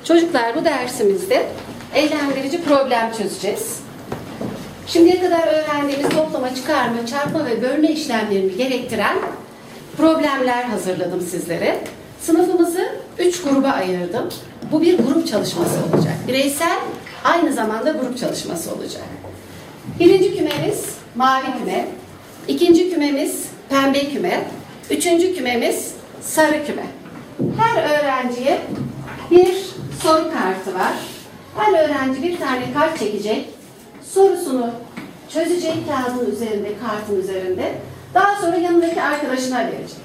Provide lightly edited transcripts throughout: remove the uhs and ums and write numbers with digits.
Çocuklar, bu dersimizde eylemlerici problem çözeceğiz. Şimdiye kadar öğrendiğimiz toplama, çıkarma, çarpma ve bölme işlemlerini gerektiren problemler hazırladım sizlere. Sınıfımızı 3 gruba ayırdım. Bu bir grup çalışması olacak. Bireysel, aynı zamanda grup çalışması olacak. Birinci kümemiz mavi küme, ikinci kümemiz pembe küme, üçüncü kümemiz sarı küme. Her öğrenciye bir soru kartı var. Her öğrenci bir tane kart çekecek. Sorusunu çözecek kağıdın üzerinde, kartın üzerinde. Daha sonra yanındaki arkadaşına verecek.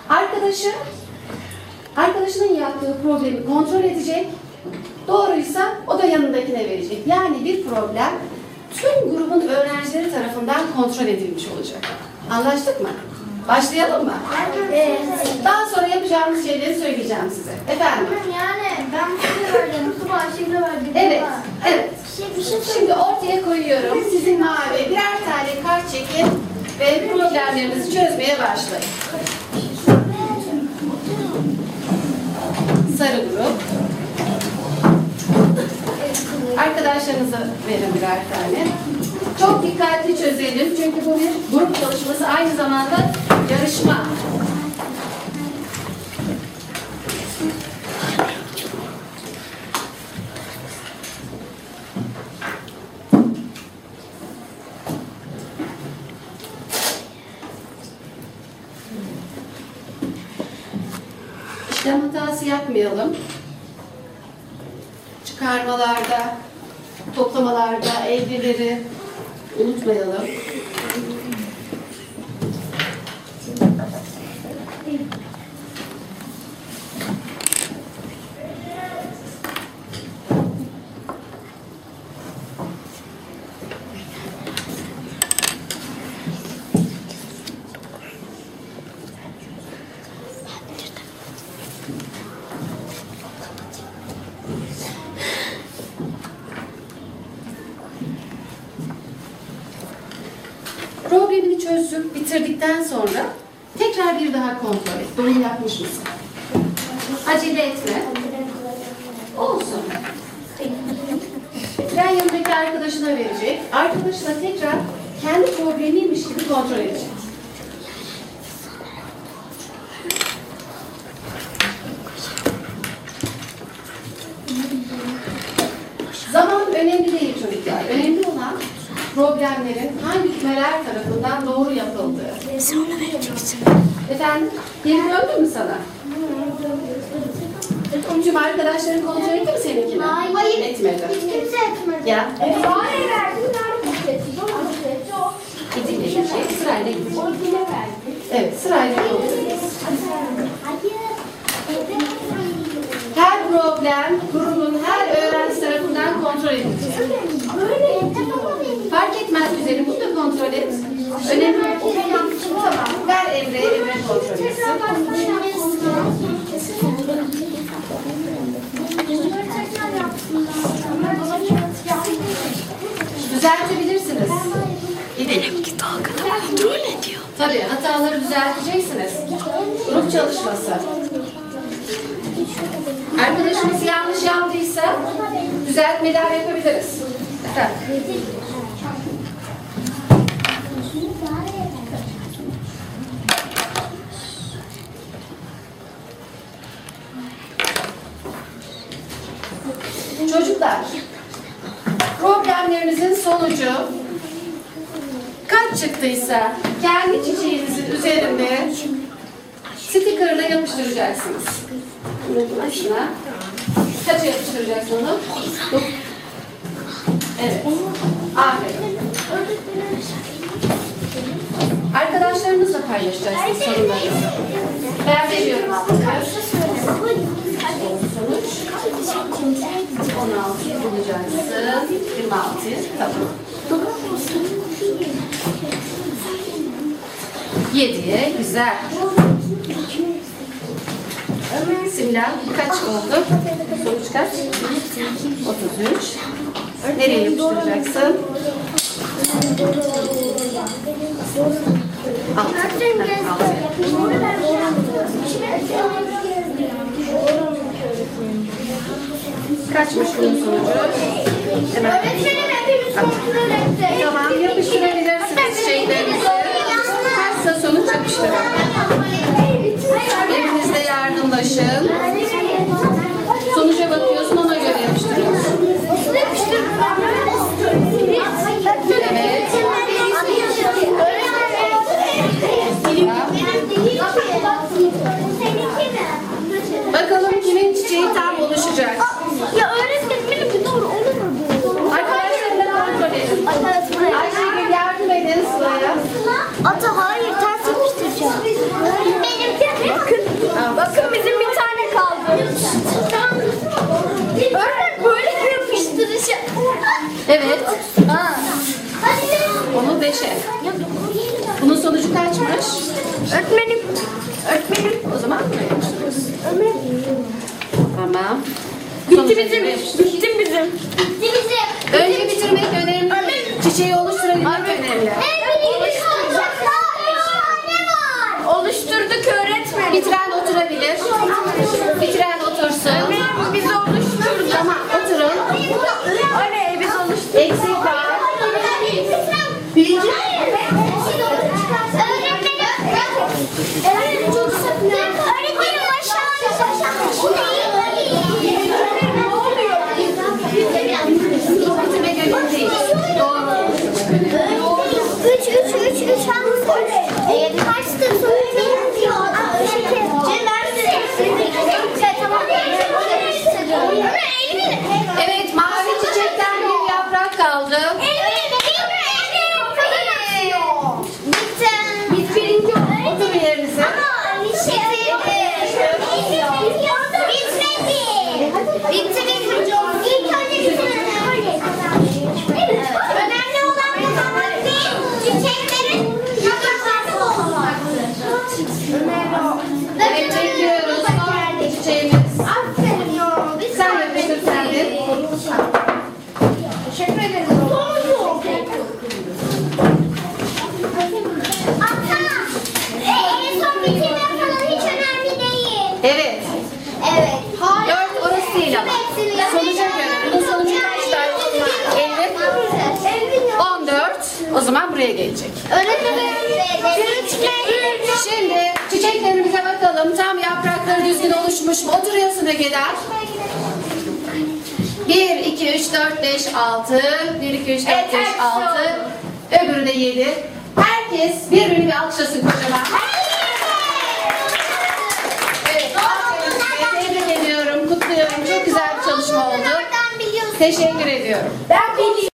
Arkadaşının yaptığı problemi kontrol edecek. Doğruysa o da yanındakine verecek. Yani bir problem tüm grubun öğrencileri tarafından kontrol edilmiş olacak. Anlaştık mı? Başlayalım mı? Evet. Daha sonra yapacağımız şeyleri söyleyeceğim size. Efendim? Yani ben size verdim, Mustafa Ayşegül'e verdim. Evet, evet. Bir şey Şimdi ortaya koyuyorum. Sizin mavi birer tane kart çekin ve problemlerinizi çözmeye başlayın. Sarı grup. Arkadaşlarınıza verin birer tane. Çok dikkatli çözelim çünkü bu bir grup çalışması, aynı zamanda yarışma. İşlem hatası yapmayalım. Çıkarmalarda, toplamalarda evreleri unutmayalım. Problemini çözdük, bitirdikten sonra tekrar bir daha kontrol et. Doğru yapmış mısın? Acele etme. Olsun. Ben yanındaki arkadaşına verecek. Arkadaşı da tekrar kendi problemiymiş gibi kontrol edecek. Zaman önemli değil çocuklar. Önemli olan problemlerin hangi kümeler tarafından doğru yapıldığı. Sen ona vereceksin. Efendim, geri döndü mü sana? Tüm arkadaşların kontrol etti mi seninkini? Hayır. Etmedi. Hiç kimse etmedi. Ya. Hayır verdim. Nerede etti? Gidin gidecek. Sırayla gidecek. O dile verdi. Evet, sırayla kontrol edeceğiz. Hayır. Her problem grubun her öğrenci tarafından kontrol edilecek. Böyle Fark etmez güzelim, bunu da kontrol et. Önemli. Tamam, ver Emre'ye, Emre kontrol etsin. Düzeltebilirsiniz. Benimki dalgada kontrol ediyor. Tabii, hataları düzelteceksiniz. Grup çalışması. Arkadaşımız yanlış yaptıysa düzeltmeler yapabiliriz. Efendim? Çocuklar, problemlerinizin sonucu kaç çıktıysa kendi çiçeğinizin üzerinde sticker'la yapıştıracaksınız. Başına. Kaça yapıştıracaksın onu? Evet. Aferin. Arkadaşlarınızla paylaşacaksınız sorunlarınızı. Ben veriyorum size. Sonuç 16 bulacaksın. 26. Tamam. 7'ye güzel. Simla kaç oldu? Sonuç kaç? 33. Nereye yapıştıracaksın? Kaçmış bunun sonucu? Hemen. Öğretmenim hepimiz kontrol ettik. Tamam, yapıştırabilirsiniz şeylerinizi. Kaçsa sonuç yapıştırın. Evinizde yardımlaşın. Sonuca bakıyorsun, ona göre yapıştırıyorsun. Evet. Bakalım kimin çiçeği tam oluşacak. Ya öğretmenim benim doğru olur mu bu? Arkadaşlarına kontrol edin. Ayşegül yardım edin Sıla'ya. Ata hayır ters yapıştıracağım. Benimki. Bakın bizim bir tane kaldı. Öğretmen böyle yapıştıracağım. Evet. Hadi. Onu 5'e. Bunun sonucu kaçmış? Öğretmenim. O zaman buraya yapıştırıyoruz. Tamam. Bitti Sonuca bizim. göre yapıştır. Bitti bizim. Bitti bizim. Önce bitirmek önemli. Çiçeği oluşturabilmek önemli. Oluşturduk öğretmenim. Bitiren oturabilir. Bitiren otursun. Biz oluşturduk. Tamam, oturun. Anne biz oluşturduk. Eksik var. Birinci. Öğretmenim Bitirmek önemli değil. Doğru oluşturmak önemli. 3 hangisi? Kaçtı sonucu? Evet, mavi çiçekten bir yaprak kaldı. Biz birinci oturun yerinize. Önemli olan kazanmak değil, çiçeklerin yapraklarda olmak. Evet, bekliyoruz. Son çiçeğimiz. Aferin ya. Sen yapıştır sen de. Teşekkür ederim. En son bitirme falan hiç önemli değil. Evet. Evet. 4 orası değil ama. Sonuca göre. Bunun sonucu kaçtı? 50. 14. O zaman buraya gelecek. Şimdi çiçeklerimize bakalım. Tam yaprakları düzgün oluşmuş mu? Oturuyorsun Ege'den. 1, 2, 3, 4, 5, 6. 1, 2, 3, 4, 5, 6. Öbürü de 7. Herkes birbirini bir alkışlasın kocaman. Evet, aferin size. Tebrik ediyorum, kutluyorum. Çok güzel bir çalışma oldu. Teşekkür ediyorum. Ben biliyorum.